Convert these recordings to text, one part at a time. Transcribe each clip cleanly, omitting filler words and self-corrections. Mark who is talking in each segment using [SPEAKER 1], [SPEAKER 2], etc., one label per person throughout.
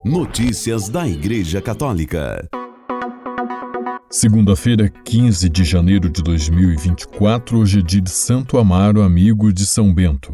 [SPEAKER 1] Notícias da Igreja Católica.
[SPEAKER 2] Segunda-feira, 15 de janeiro de 2024, hoje é dia de Santo Amaro, amigo de São Bento.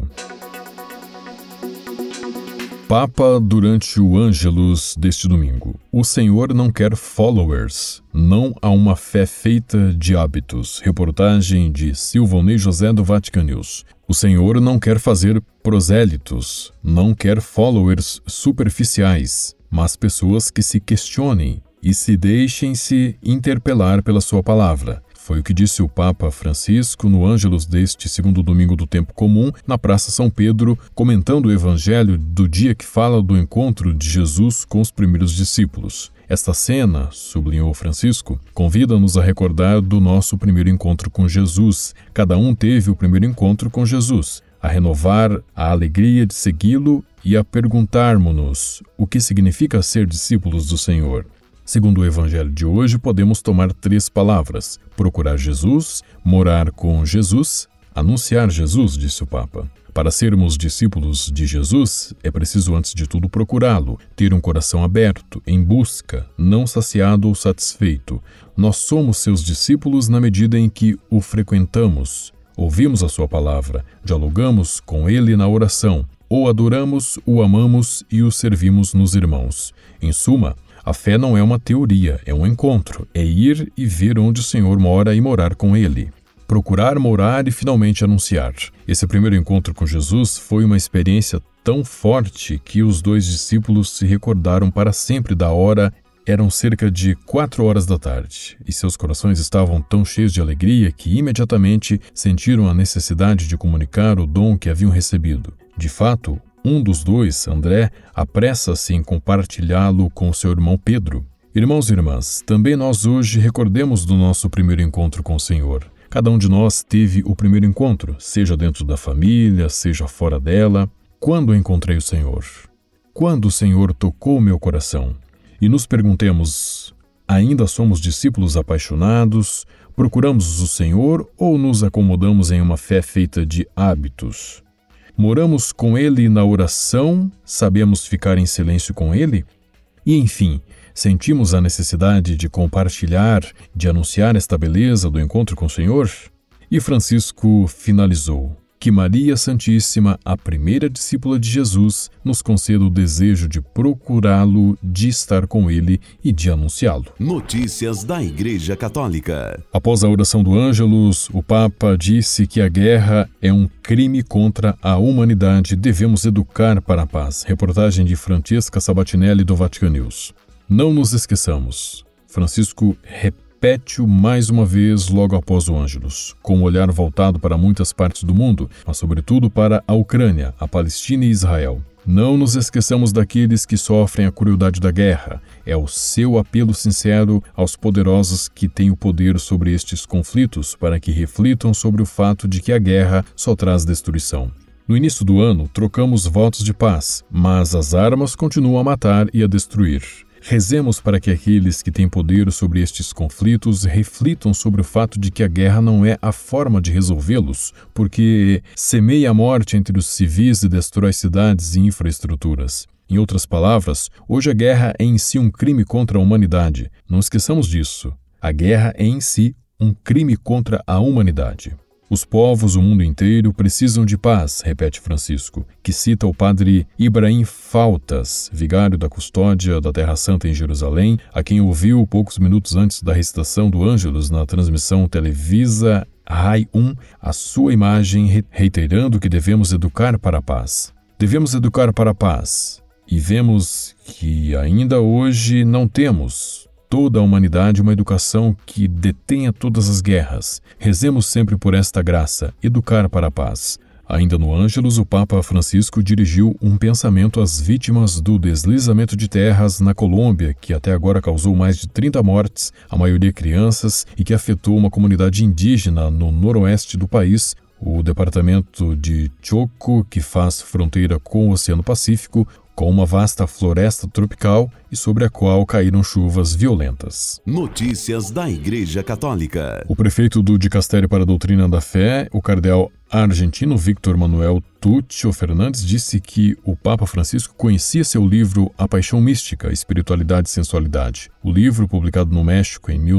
[SPEAKER 2] Papa durante o Ângelus deste domingo. O Senhor não quer followers, não há uma fé feita de hábitos. Reportagem de Silvonei José do Vatican News. O Senhor não quer fazer prosélitos, não quer followers superficiais, mas pessoas que se questionem e se deixem-se interpelar pela sua palavra. Foi o que disse o Papa Francisco no Ângelus deste segundo domingo do tempo comum, na Praça São Pedro, comentando o Evangelho do dia que fala do encontro de Jesus com os primeiros discípulos. Esta cena, sublinhou Francisco, convida-nos a recordar do nosso primeiro encontro com Jesus. Cada um teve o primeiro encontro com Jesus, a renovar a alegria de segui-lo e a perguntarmos-nos o que significa ser discípulos do Senhor. Segundo o Evangelho de hoje, podemos tomar 3 palavras: procurar Jesus, morar com Jesus, anunciar Jesus, disse o Papa. Para sermos discípulos de Jesus, é preciso antes de tudo procurá-lo, ter um coração aberto, em busca, não saciado ou satisfeito. Nós somos seus discípulos na medida em que o frequentamos, ouvimos a sua palavra, dialogamos com ele na oração, o adoramos, o amamos e o servimos nos irmãos. Em suma, a fé não é uma teoria, é um encontro, é ir e ver onde o Senhor mora e morar com Ele. Procurar, morar e finalmente anunciar. Esse primeiro encontro com Jesus foi uma experiência tão forte que os 2 discípulos se recordaram para sempre da hora. Eram cerca de 4 horas da tarde, e seus corações estavam tão cheios de alegria que imediatamente sentiram a necessidade de comunicar o dom que haviam recebido. De fato, um dos 2, André, apressa-se em compartilhá-lo com seu irmão Pedro. Irmãos e irmãs, também nós hoje recordemos do nosso primeiro encontro com o Senhor. Cada um de nós teve o primeiro encontro, seja dentro da família, seja fora dela. Quando encontrei o Senhor? Quando o Senhor tocou meu coração? E nos perguntemos, ainda somos discípulos apaixonados? Procuramos o Senhor ou nos acomodamos em uma fé feita de hábitos? Moramos com Ele na oração? Sabemos ficar em silêncio com Ele? E, enfim, sentimos a necessidade de compartilhar, de anunciar esta beleza do encontro com o Senhor? E Francisco finalizou: que Maria Santíssima, a primeira discípula de Jesus, nos conceda o desejo de procurá-lo, de estar com ele e de anunciá-lo.
[SPEAKER 1] Notícias da Igreja Católica.
[SPEAKER 2] Após a oração do Ângelus, o Papa disse que a guerra é um crime contra a humanidade. Devemos educar para a paz. Reportagem de Francesca Sabatinelli do Vatican News. Não nos esqueçamos. Francisco repete-o mais uma vez logo após o Ângelus, com um olhar voltado para muitas partes do mundo, mas sobretudo para a Ucrânia, a Palestina e Israel. Não nos esqueçamos daqueles que sofrem a crueldade da guerra. É o seu apelo sincero aos poderosos que têm o poder sobre estes conflitos para que reflitam sobre o fato de que a guerra só traz destruição. No início do ano, trocamos votos de paz, mas as armas continuam a matar e a destruir. Rezemos para que aqueles que têm poder sobre estes conflitos reflitam sobre o fato de que a guerra não é a forma de resolvê-los, porque semeia a morte entre os civis e destrói cidades e infraestruturas. Em outras palavras, hoje a guerra é em si um crime contra a humanidade. Não esqueçamos disso. A guerra é em si um crime contra a humanidade. Os povos, o mundo inteiro, precisam de paz, repete Francisco, que cita o padre Ibrahim Faltas, vigário da custódia da Terra Santa em Jerusalém, a quem ouviu poucos minutos antes da recitação do Ângelus na transmissão Televisa Rai 1, a sua imagem reiterando que devemos educar para a paz. Devemos educar para a paz. E vemos que ainda hoje não temos toda a humanidade uma educação que detenha todas as guerras. Rezemos sempre por esta graça, educar para a paz. Ainda no Ângelus, o Papa Francisco dirigiu um pensamento às vítimas do deslizamento de terras na Colômbia, que até agora causou mais de 30 mortes, a maioria crianças, e que afetou uma comunidade indígena no noroeste do país, o departamento de Choco, que faz fronteira com o Oceano Pacífico, com uma vasta floresta tropical e sobre a qual caíram chuvas violentas.
[SPEAKER 1] Notícias da Igreja Católica.
[SPEAKER 2] O prefeito do Dicastério para a Doutrina da Fé, o cardeal argentino Víctor Manuel Tuccio Fernandes disse que o Papa Francisco conhecia seu livro A Paixão Mística, Espiritualidade e Sensualidade. O livro, publicado no México em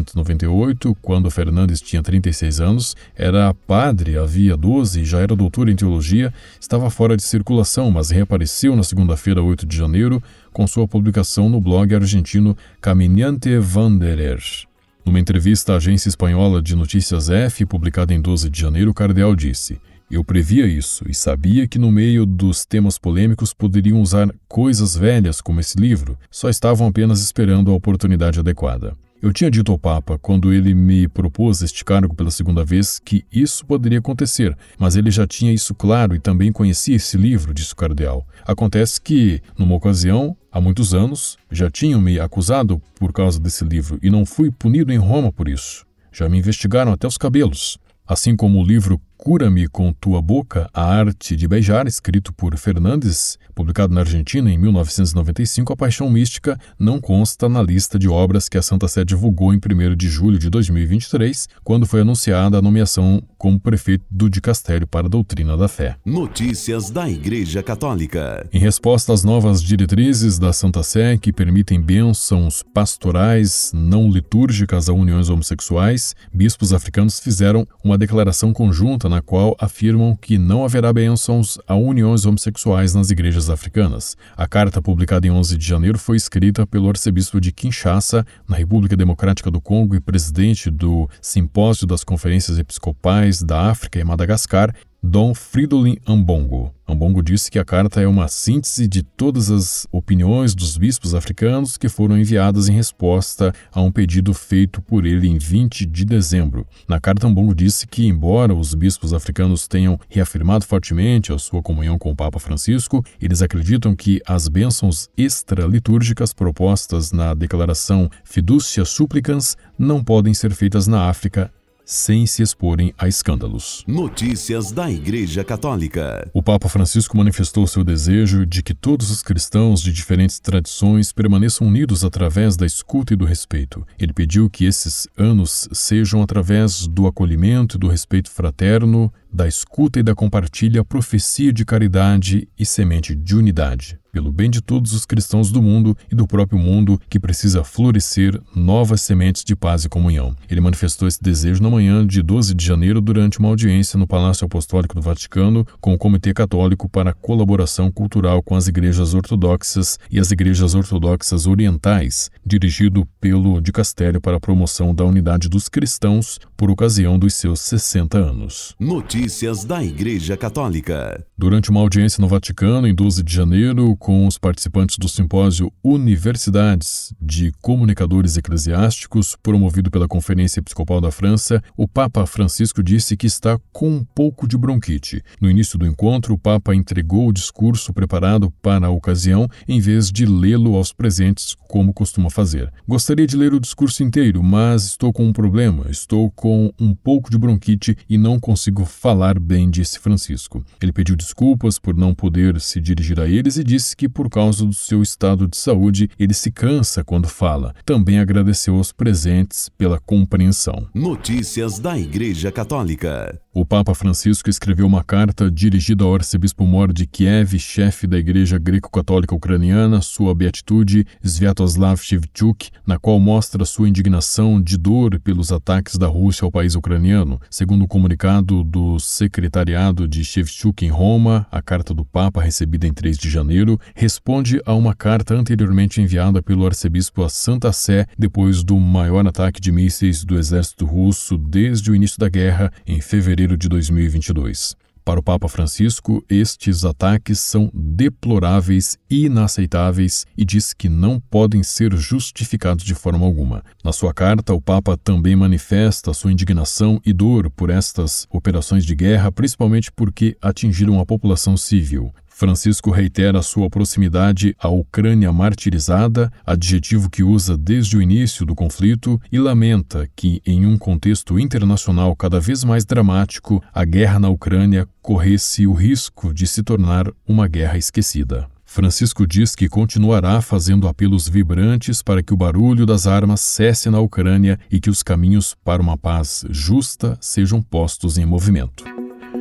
[SPEAKER 2] 1998, quando Fernandes tinha 36 anos, era padre, havia 12 e já era doutor em teologia, estava fora de circulação, mas reapareceu na segunda-feira, 8 de janeiro, com sua publicação no blog argentino Caminante Wanderer. Numa entrevista à agência espanhola de notícias F, publicada em 12 de janeiro, o cardeal disse: "Eu previa isso e sabia que no meio dos temas polêmicos poderiam usar coisas velhas como esse livro, só estavam apenas esperando a oportunidade adequada. Eu tinha dito ao Papa, quando ele me propôs este cargo pela segunda vez, que isso poderia acontecer, mas ele já tinha isso claro e também conhecia esse livro", disse o cardeal. "Acontece que, numa ocasião, há muitos anos, já tinham me acusado por causa desse livro e não fui punido em Roma por isso. Já me investigaram até os cabelos. Assim como o livro Cura-me com Tua Boca, a Arte de Beijar, escrito por Fernandes, publicado na Argentina em 1995, A Paixão Mística não consta na lista de obras que a Santa Sé divulgou em 1º de julho de 2023, quando foi anunciada a nomeação como prefeito do Dicastério para a Doutrina da Fé.
[SPEAKER 1] Notícias da Igreja Católica.
[SPEAKER 2] Em resposta às novas diretrizes da Santa Sé, que permitem bênçãos pastorais não litúrgicas a uniões homossexuais, bispos africanos fizeram uma declaração conjunta na qual afirmam que não haverá bênçãos a uniões homossexuais nas igrejas africanas. A carta, publicada em 11 de janeiro, foi escrita pelo arcebispo de Kinshasa, na República Democrática do Congo e presidente do Simpósio das Conferências Episcopais da África e Madagascar, Dom Fridolin Ambongo. Ambongo disse que a carta é uma síntese de todas as opiniões dos bispos africanos que foram enviadas em resposta a um pedido feito por ele em 20 de dezembro. Na carta, Ambongo disse que, embora os bispos africanos tenham reafirmado fortemente a sua comunhão com o Papa Francisco, eles acreditam que as bênçãos extralitúrgicas propostas na declaração Fiducia Supplicans não podem ser feitas na África sem se exporem a escândalos.
[SPEAKER 1] Notícias da Igreja Católica.
[SPEAKER 2] O Papa Francisco manifestou seu desejo de que todos os cristãos de diferentes tradições permaneçam unidos através da escuta e do respeito. Ele pediu que esses anos sejam através do acolhimento e do respeito fraterno, da escuta e da compartilha, profecia de caridade e semente de unidade, pelo bem de todos os cristãos do mundo e do próprio mundo que precisa florescer novas sementes de paz e comunhão. Ele manifestou esse desejo na manhã de 12 de janeiro durante uma audiência no Palácio Apostólico do Vaticano com o Comitê Católico para a Colaboração Cultural com as Igrejas Ortodoxas e as Igrejas Ortodoxas Orientais, dirigido pelo Dicastério para a Promoção da Unidade dos Cristãos por ocasião dos seus 60 anos.
[SPEAKER 1] Notícias da Igreja Católica.
[SPEAKER 2] Durante uma audiência no Vaticano, em 12 de janeiro, com os participantes do simpósio Universidades de Comunicadores Eclesiásticos, promovido pela Conferência Episcopal da França, o Papa Francisco disse que está com um pouco de bronquite. No início do encontro, o Papa entregou o discurso preparado para a ocasião, em vez de lê-lo aos presentes, como costuma fazer. "Gostaria de ler o discurso inteiro, mas estou com um problema. Estou com um pouco de bronquite e não consigo falar bem", disse Francisco. Ele pediu desculpas por não poder se dirigir a eles e disse que, por causa do seu estado de saúde, ele se cansa quando fala. Também agradeceu aos presentes pela compreensão.
[SPEAKER 1] Notícias da Igreja Católica.
[SPEAKER 2] O Papa Francisco escreveu uma carta dirigida ao arcebispo-mor de Kiev, chefe da Igreja Greco-Católica Ucraniana, sua beatitude Sviatoslav Shevchuk, na qual mostra sua indignação de dor pelos ataques da Rússia ao país ucraniano. Segundo o comunicado do secretariado de Shevchuk em Roma, a carta do Papa, recebida em 3 de janeiro, responde a uma carta anteriormente enviada pelo arcebispo à Santa Sé depois do maior ataque de mísseis do exército russo desde o início da guerra, em fevereiro de 2022. Para o Papa Francisco, estes ataques são deploráveis e inaceitáveis e diz que não podem ser justificados de forma alguma. Na sua carta, o Papa também manifesta sua indignação e dor por estas operações de guerra, principalmente porque atingiram a população civil. Francisco reitera sua proximidade à Ucrânia martirizada, adjetivo que usa desde o início do conflito, e lamenta que, em um contexto internacional cada vez mais dramático, a guerra na Ucrânia corresse o risco de se tornar uma guerra esquecida. Francisco diz que continuará fazendo apelos vibrantes para que o barulho das armas cesse na Ucrânia e que os caminhos para uma paz justa sejam postos em movimento.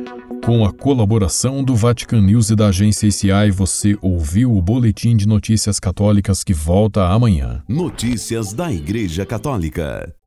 [SPEAKER 2] Com a colaboração do Vatican News e da agência ACI, você ouviu o Boletim de Notícias Católicas que volta amanhã.
[SPEAKER 1] Notícias da Igreja Católica.